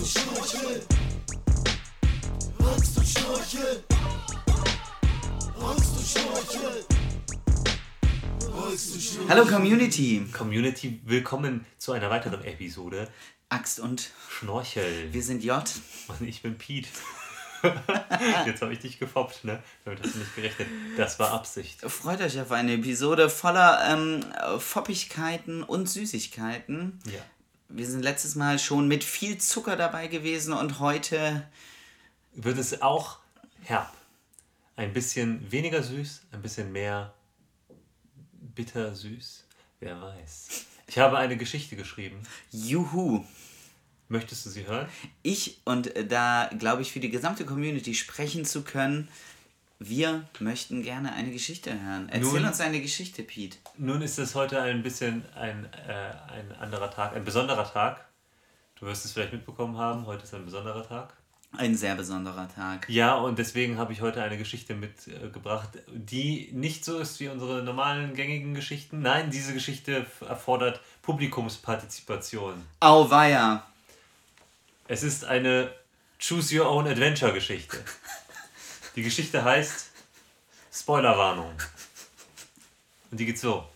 du Schnorchel? Magst du Schnorchel? Magst du Schnorchel? Magst du Schnorchel? Hallo Community. Community, willkommen zu einer weiteren Episode. Axt und Schnorchel. wir sind J. Und ich bin Pete. Jetzt habe ich dich gefoppt, ne? Damit hast du nicht gerechnet. Das war Absicht. Freut euch auf eine Episode voller Foppigkeiten und Süßigkeiten. Ja. Wir sind letztes Mal schon mit viel Zucker dabei gewesen und heute Wird es auch herb. Ein bisschen weniger süß, ein bisschen mehr bittersüß. Wer weiß. Ich habe eine Geschichte geschrieben. Juhu. Möchtest du sie hören? Und da glaube ich für die gesamte Community sprechen zu können, wir möchten gerne eine Geschichte hören. Erzähl uns eine Geschichte, Pete. Nun ist es heute ein bisschen ein anderer Tag, ein besonderer Tag. Du wirst es vielleicht mitbekommen haben, heute ist ein besonderer Tag. Ein sehr besonderer Tag. Ja, und deswegen habe ich heute eine Geschichte mitgebracht, die nicht so ist wie unsere normalen gängigen Geschichten. Nein, diese Geschichte erfordert Publikumspartizipation. Auweia. Es ist eine Choose-Your-Own-Adventure-Geschichte. Die Geschichte heißt Spoilerwarnung. Und die geht so.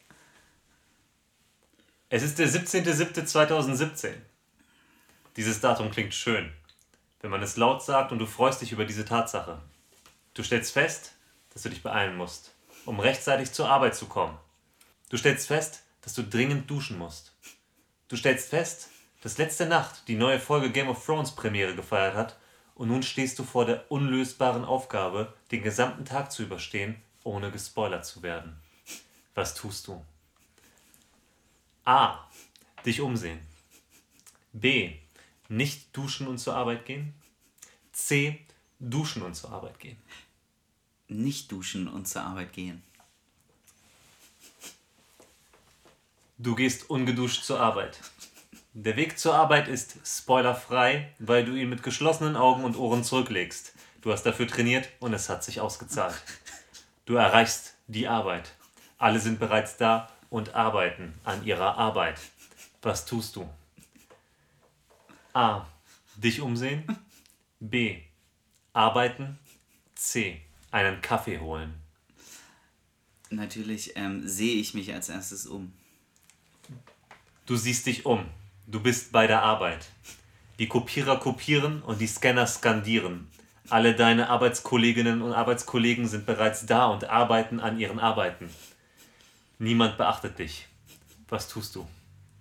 Es ist der 17.07.2017. Dieses Datum klingt schön, wenn man es laut sagt und du freust dich über diese Tatsache. Du stellst fest, dass du dich beeilen musst, um rechtzeitig zur Arbeit zu kommen. Du stellst fest, dass du dringend duschen musst. Du stellst fest, dass letzte Nacht die neue Folge Game of Thrones Premiere gefeiert hat und nun stehst du vor der unlösbaren Aufgabe, den gesamten Tag zu überstehen, ohne gespoilert zu werden. Was tust du? A. Dich umsehen. B. Nicht duschen und zur Arbeit gehen. C. Duschen und zur Arbeit gehen. Nicht duschen und zur Arbeit gehen. Du gehst ungeduscht zur Arbeit. Der Weg zur Arbeit ist spoilerfrei, weil du ihn mit geschlossenen Augen und Ohren zurücklegst. Du hast dafür trainiert und es hat sich ausgezahlt. Du erreichst die Arbeit. Alle sind bereits da und arbeiten an ihrer Arbeit. Was tust du? A. Dich umsehen. B. Arbeiten. C. Einen Kaffee holen. Natürlich sehe ich mich als erstes um. Du siehst dich um. Du bist bei der Arbeit. Die Kopierer kopieren und die Scanner skandieren. Alle deine Arbeitskolleginnen und Arbeitskollegen sind bereits da und arbeiten an ihren Arbeiten. Niemand beachtet dich. Was tust du?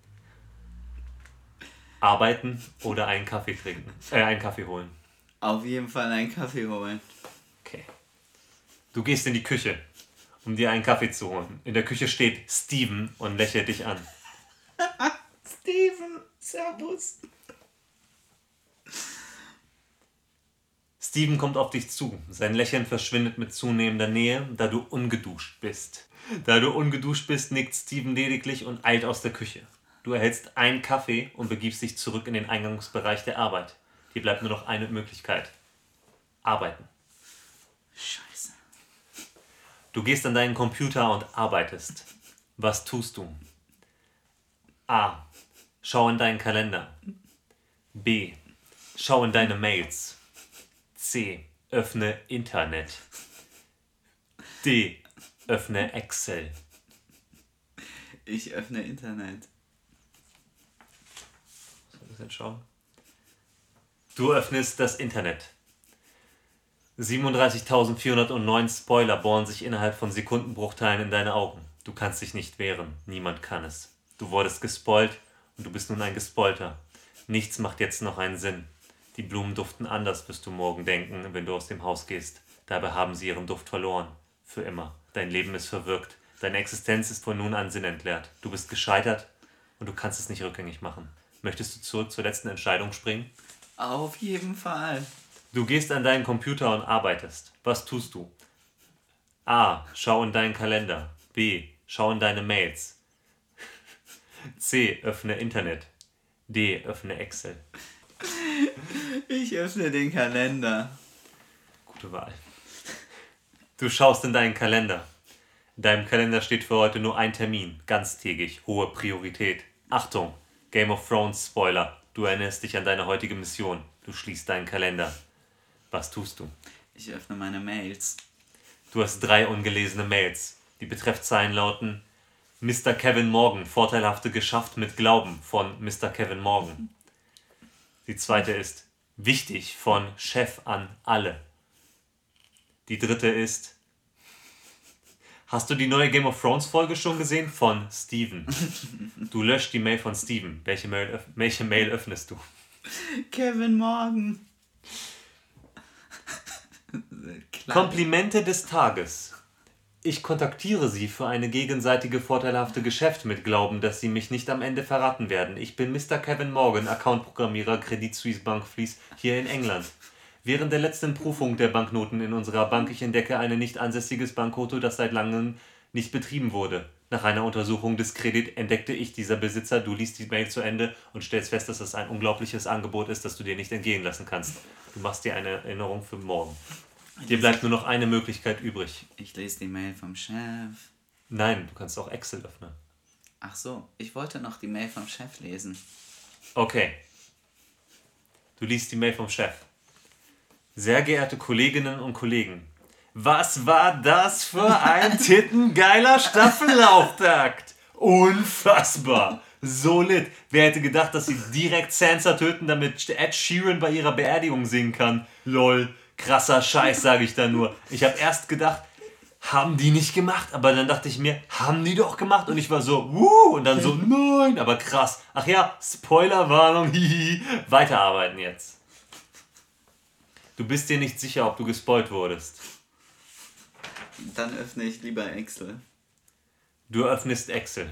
Arbeiten oder einen Kaffee trinken? Einen Kaffee holen. Auf jeden Fall einen Kaffee holen. Okay. Du gehst in die Küche, um dir einen Kaffee zu holen. In der Küche steht Steven und lächelt dich an. Steven, servus. Steven kommt auf dich zu. Sein Lächeln verschwindet mit zunehmender Nähe, da du ungeduscht bist. Da du ungeduscht bist, nickt Steven lediglich und eilt aus der Küche. Du erhältst einen Kaffee und begibst dich zurück in den Eingangsbereich der Arbeit. Dir bleibt nur noch eine Möglichkeit. Arbeiten. Scheiße. Du gehst an deinen Computer und arbeitest. Was tust du? A. Schau in deinen Kalender. B. Schau in deine Mails. C. Öffne Internet. D. Öffne Excel. Ich öffne Internet. Soll ich das jetzt schauen? Du öffnest das Internet. 37.409 Spoiler bohren sich innerhalb von Sekundenbruchteilen in deine Augen. Du kannst dich nicht wehren. Niemand kann es. Du wurdest gespoilt und du bist nun ein Gespoilter. Nichts macht jetzt noch einen Sinn. Die Blumen duften anders, wirst du morgen denken, wenn du aus dem Haus gehst. Dabei haben sie ihren Duft verloren. Für immer. Dein Leben ist verwirkt. Deine Existenz ist von nun an sinnentleert. Du bist gescheitert und du kannst es nicht rückgängig machen. Möchtest du zurück zur letzten Entscheidung springen? Auf jeden Fall. Du gehst an deinen Computer und arbeitest. Was tust du? A. Schau in deinen Kalender. B. Schau in deine Mails. C. Öffne Internet. D. Öffne Excel. Ich öffne den Kalender. Gute Wahl. Du schaust in deinen Kalender. In deinem Kalender steht für heute nur ein Termin, ganztägig, hohe Priorität. Achtung, Game of Thrones Spoiler. Du erinnerst dich an deine heutige Mission. Du schließt deinen Kalender. Was tust du? Ich öffne meine Mails. Du hast 3 ungelesene Mails. Die Betreffzeilen lauten: Mr. Kevin Morgan, vorteilhafte geschafft mit Glauben von Mr. Kevin Morgan. Die zweite ist: wichtig von Chef an alle. Die dritte ist: hast du die neue Game of Thrones Folge schon gesehen? Von Steven. Du löscht die Mail von Steven. Welche Mail öffnest du? Kevin Morgan. Klar. Komplimente des Tages. Ich kontaktiere Sie für eine gegenseitige vorteilhafte Geschäft mit Glauben, dass Sie mich nicht am Ende verraten werden. Ich bin Mr. Kevin Morgan, Account-Programmierer Credit Suisse Bank Fleece hier in England. Während der letzten Prüfung der Banknoten in unserer Bank ich entdecke ein nicht ansässiges Bankkonto, das seit langem nicht betrieben wurde. Nach einer Untersuchung des Kredit entdeckte ich dieser Besitzer, du liest die Mail zu Ende und stellst fest, dass das ein unglaubliches Angebot ist, das du dir nicht entgehen lassen kannst. Du machst dir eine Erinnerung für morgen. Dir bleibt nur noch eine Möglichkeit übrig. Ich lese die Mail vom Chef. Nein, du kannst auch Excel öffnen. Ach so, ich wollte noch die Mail vom Chef lesen. Okay. Du liest die Mail vom Chef. Sehr geehrte Kolleginnen und Kollegen, was war das für ein tittengeiler Staffelauftakt? Unfassbar. So lit. Wer hätte gedacht, dass sie direkt Sansa töten, damit Ed Sheeran bei ihrer Beerdigung singen kann? Lol. Krasser Scheiß, sage ich da nur. Ich habe erst gedacht, haben die nicht gemacht? Aber dann dachte ich mir, haben die doch gemacht? Und ich war so, und dann so, nein, aber krass. Ach ja, Spoilerwarnung, hihi. Weiterarbeiten jetzt. Du bist dir nicht sicher, ob du gespoilt wurdest. Dann öffne ich lieber Excel. Du öffnest Excel.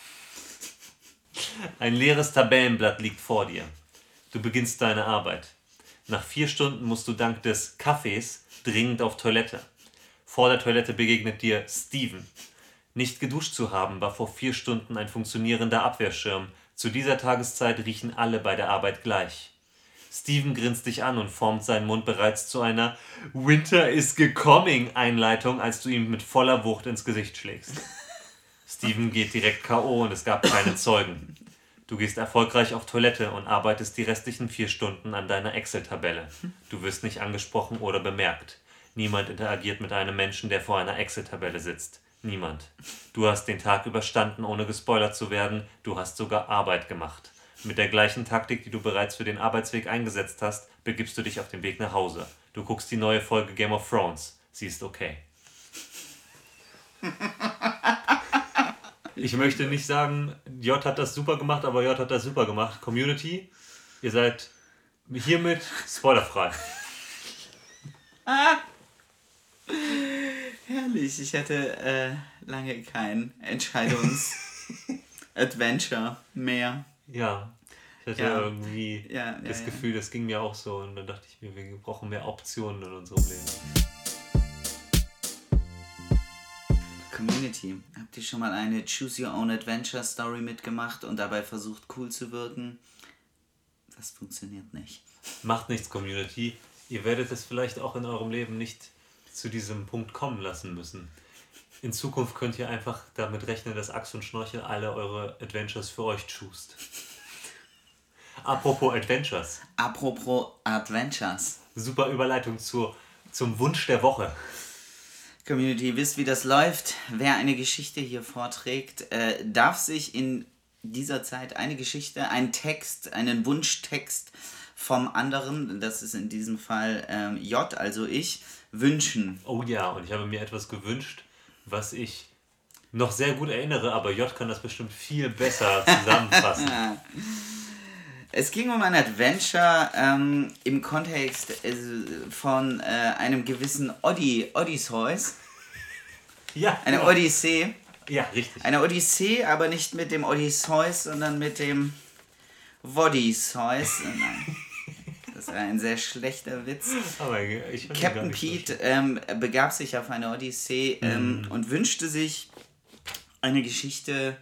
Ein leeres Tabellenblatt liegt vor dir. Du beginnst deine Arbeit. Nach 4 Stunden musst du dank des Kaffees dringend auf Toilette. Vor der Toilette begegnet dir Steven. Nicht geduscht zu haben, war vor 4 Stunden ein funktionierender Abwehrschirm. Zu dieser Tageszeit riechen alle bei der Arbeit gleich. Steven grinst dich an und formt seinen Mund bereits zu einer Winter is gecoming Einleitung, als du ihm mit voller Wucht ins Gesicht schlägst. Steven geht direkt K.O. und es gab keine Zeugen. Du gehst erfolgreich auf Toilette und arbeitest die restlichen 4 Stunden an deiner Excel-Tabelle. Du wirst nicht angesprochen oder bemerkt. Niemand interagiert mit einem Menschen, der vor einer Excel-Tabelle sitzt. Niemand. Du hast den Tag überstanden, ohne gespoilert zu werden. Du hast sogar Arbeit gemacht. Mit der gleichen Taktik, die du bereits für den Arbeitsweg eingesetzt hast, begibst du dich auf den Weg nach Hause. Du guckst die neue Folge Game of Thrones. Sie ist okay. Ich möchte nicht sagen, J hat das super gemacht, aber J hat das super gemacht. Community, ihr seid hiermit spoilerfrei. Herrlich, ich hatte lange kein Entscheidungs-Adventure mehr. Ja, ich hatte irgendwie das ja. Gefühl, das ging mir auch so. Und dann dachte ich mir, wir brauchen mehr Optionen in unserem Leben. Community, habt ihr schon mal eine Choose Your Own Adventure Story mitgemacht und dabei versucht cool zu wirken? Das funktioniert nicht. Macht nichts, Community. Ihr werdet es vielleicht auch in eurem Leben nicht zu diesem Punkt kommen lassen müssen. In Zukunft könnt ihr einfach damit rechnen, dass Axt und Schnorchel alle eure Adventures für euch choosed. Apropos Adventures. Apropos Adventures. Super Überleitung zum Wunsch der Woche. Community, wisst wie das läuft. Wer eine Geschichte hier vorträgt, darf sich in dieser Zeit eine Geschichte, einen Text, einen Wunschtext vom anderen, das ist in diesem Fall J, also ich, wünschen. Oh ja, und ich habe mir etwas gewünscht, was ich noch sehr gut erinnere, aber J kann das bestimmt viel besser zusammenfassen. Es ging um ein Adventure im Kontext von einem gewissen Odysseus. Ja, eine genau. Odyssee. Ja, richtig. Eine Odyssee, aber nicht mit dem Odysseus, sondern mit dem Woddyseus. Nein, das war ein sehr schlechter Witz. Aber ich fand Captain Pete begab sich auf eine Odyssee und wünschte sich eine Geschichte,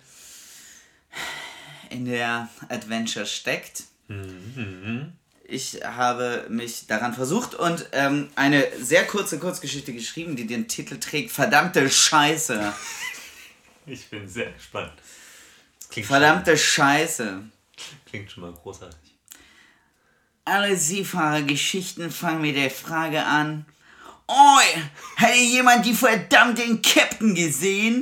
in der Adventure steckt. Ich habe mich daran versucht und eine sehr kurze Kurzgeschichte geschrieben, die den Titel trägt Verdammte Scheiße. Ich bin sehr gespannt. Verdammte Scheiße. Klingt schon mal großartig. Alle Seefahrergeschichten fangen mit der Frage an: Oi, hat hier jemand die verdammten Captain gesehen?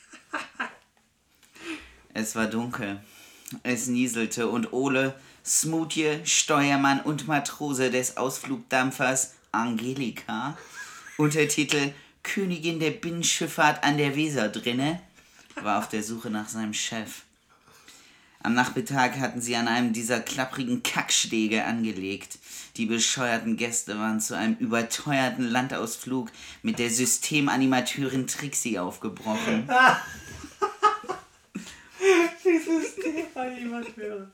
Es war dunkel. Es nieselte und Ole, Smoothie, Steuermann und Matrose des Ausflugdampfers Angelika, Untertitel Königin der Binnenschifffahrt an der Weser drinne, war auf der Suche nach seinem Chef. Am Nachmittag hatten sie an einem dieser klapprigen Kackstege angelegt. Die bescheuerten Gäste waren zu einem überteuerten Landausflug mit der Systemanimateurin Trixie aufgebrochen. Die Systemanimateurin.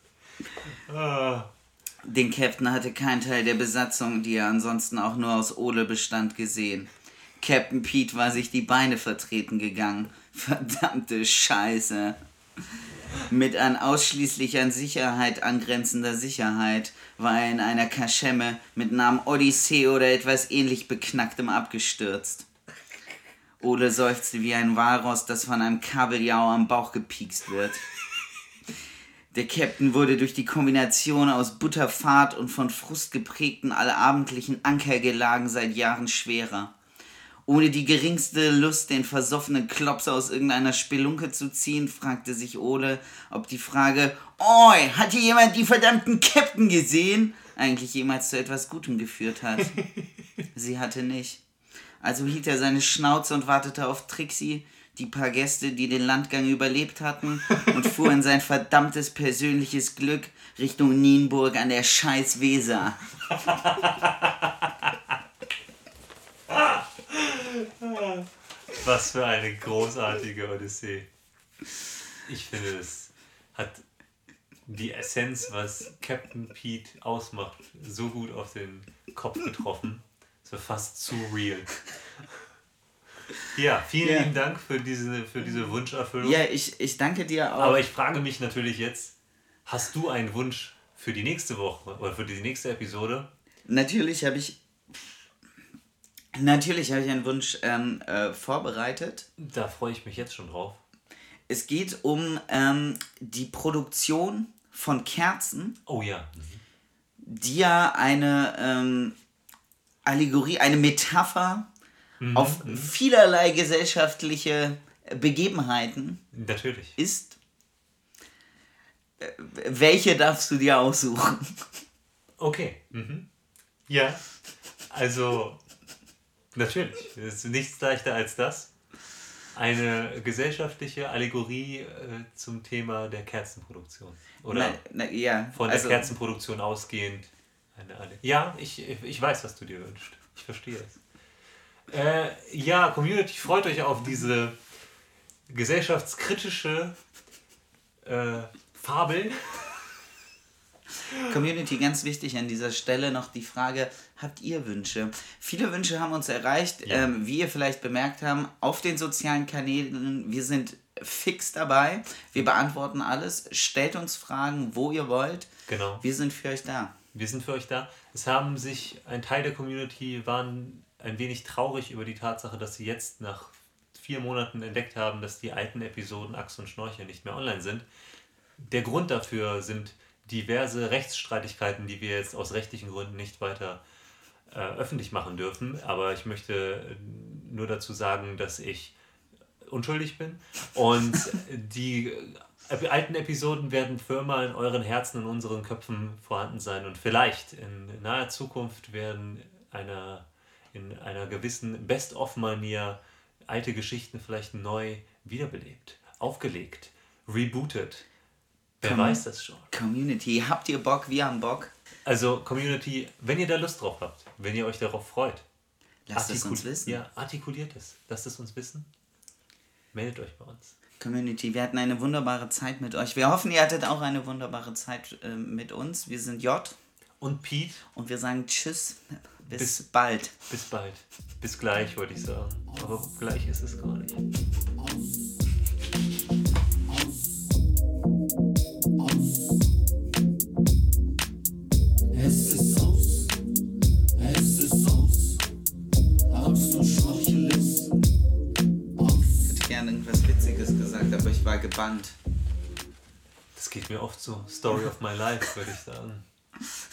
Den Captain hatte kein Teil der Besatzung, die er ansonsten auch nur aus Ole bestand, gesehen. Captain Pete war sich die Beine vertreten gegangen. Verdammte Scheiße. Mit ausschließlich an Sicherheit angrenzender Sicherheit war er in einer Kaschemme mit Namen Odyssee oder etwas ähnlich Beknacktem abgestürzt. Ole seufzte wie ein Walross, das von einem Kabeljau am Bauch gepiekst wird. Der Captain wurde durch die Kombination aus Butterfahrt und von Frust geprägten allabendlichen Ankergelagen seit Jahren schwerer. Ohne die geringste Lust, den versoffenen Klops aus irgendeiner Spelunke zu ziehen, fragte sich Ole, ob die Frage „Oi, hat hier jemand die verdammten Captain gesehen?" eigentlich jemals zu etwas Gutem geführt hat. Sie hatte nicht. Also hielt er seine Schnauze und wartete auf Trixie, die paar Gäste, die den Landgang überlebt hatten, und fuhr in sein verdammtes persönliches Glück Richtung Nienburg an der scheiß Weser. Was für eine großartige Odyssee. Ich finde, es hat die Essenz, was Captain Pete ausmacht, so gut auf den Kopf getroffen. So fast zu real. Ja, vielen lieben Dank für diese Wunscherfüllung. Ja, ich danke dir auch. Aber ich frage mich natürlich jetzt, hast du einen Wunsch für die nächste Woche oder für die nächste Episode? Natürlich habe ich einen Wunsch vorbereitet. Da freue ich mich jetzt schon drauf. Es geht um die Produktion von Kerzen, Oh ja. die ja eine Allegorie, eine Metapher auf vielerlei gesellschaftliche Begebenheiten Natürlich. ist. Welche darfst du dir aussuchen? Okay. Ja, also natürlich. Es ist nichts leichter als das. Eine gesellschaftliche Allegorie zum Thema der Kerzenproduktion. Oder Ja, von der Kerzenproduktion ausgehend. Ja, ich weiß, was du dir wünschst. Ich verstehe es. Ja, Community, freut euch auf diese gesellschaftskritische Fabel. Community, ganz wichtig an dieser Stelle noch die Frage, habt ihr Wünsche? Viele Wünsche haben uns erreicht, wie ihr vielleicht bemerkt habt, auf den sozialen Kanälen. Wir sind fix dabei, wir beantworten alles, stellt uns Fragen, wo ihr wollt. Genau. Wir sind für euch da. Wir sind für euch da. Es haben sich, ein Teil der Community waren ein wenig traurig über die Tatsache, dass sie jetzt nach 4 Monaten entdeckt haben, dass die alten Episoden Axt und Schnorchel nicht mehr online sind. Der Grund dafür sind diverse Rechtsstreitigkeiten, die wir jetzt aus rechtlichen Gründen nicht weiter öffentlich machen dürfen. Aber ich möchte nur dazu sagen, dass ich unschuldig bin. Und die alten Episoden werden für immer in euren Herzen und unseren Köpfen vorhanden sein. Und vielleicht in naher Zukunft werden in einer gewissen Best-of-Manier alte Geschichten vielleicht neu wiederbelebt, aufgelegt, rebootet. Wer weiß das schon. Community, habt ihr Bock? Wir haben Bock. Also Community, wenn ihr da Lust drauf habt, wenn ihr euch darauf freut, Lasst es uns wissen. Ja, artikuliert es. Lasst es uns wissen. Meldet euch bei uns. Community, wir hatten eine wunderbare Zeit mit euch. Wir hoffen, ihr hattet auch eine wunderbare Zeit mit uns. Wir sind J. Und Pete. Und wir sagen Tschüss. Bis bald. Bis bald. Bis gleich, wollte ich sagen. Aber gleich ist es gar nicht. Es ist aus. Es ist aus. Axt und Schnorchel ist aus. Ich hätte gerne irgendwas Witziges gesagt, aber ich war gebannt. Das geht mir oft so. Story of my life, würde ich sagen.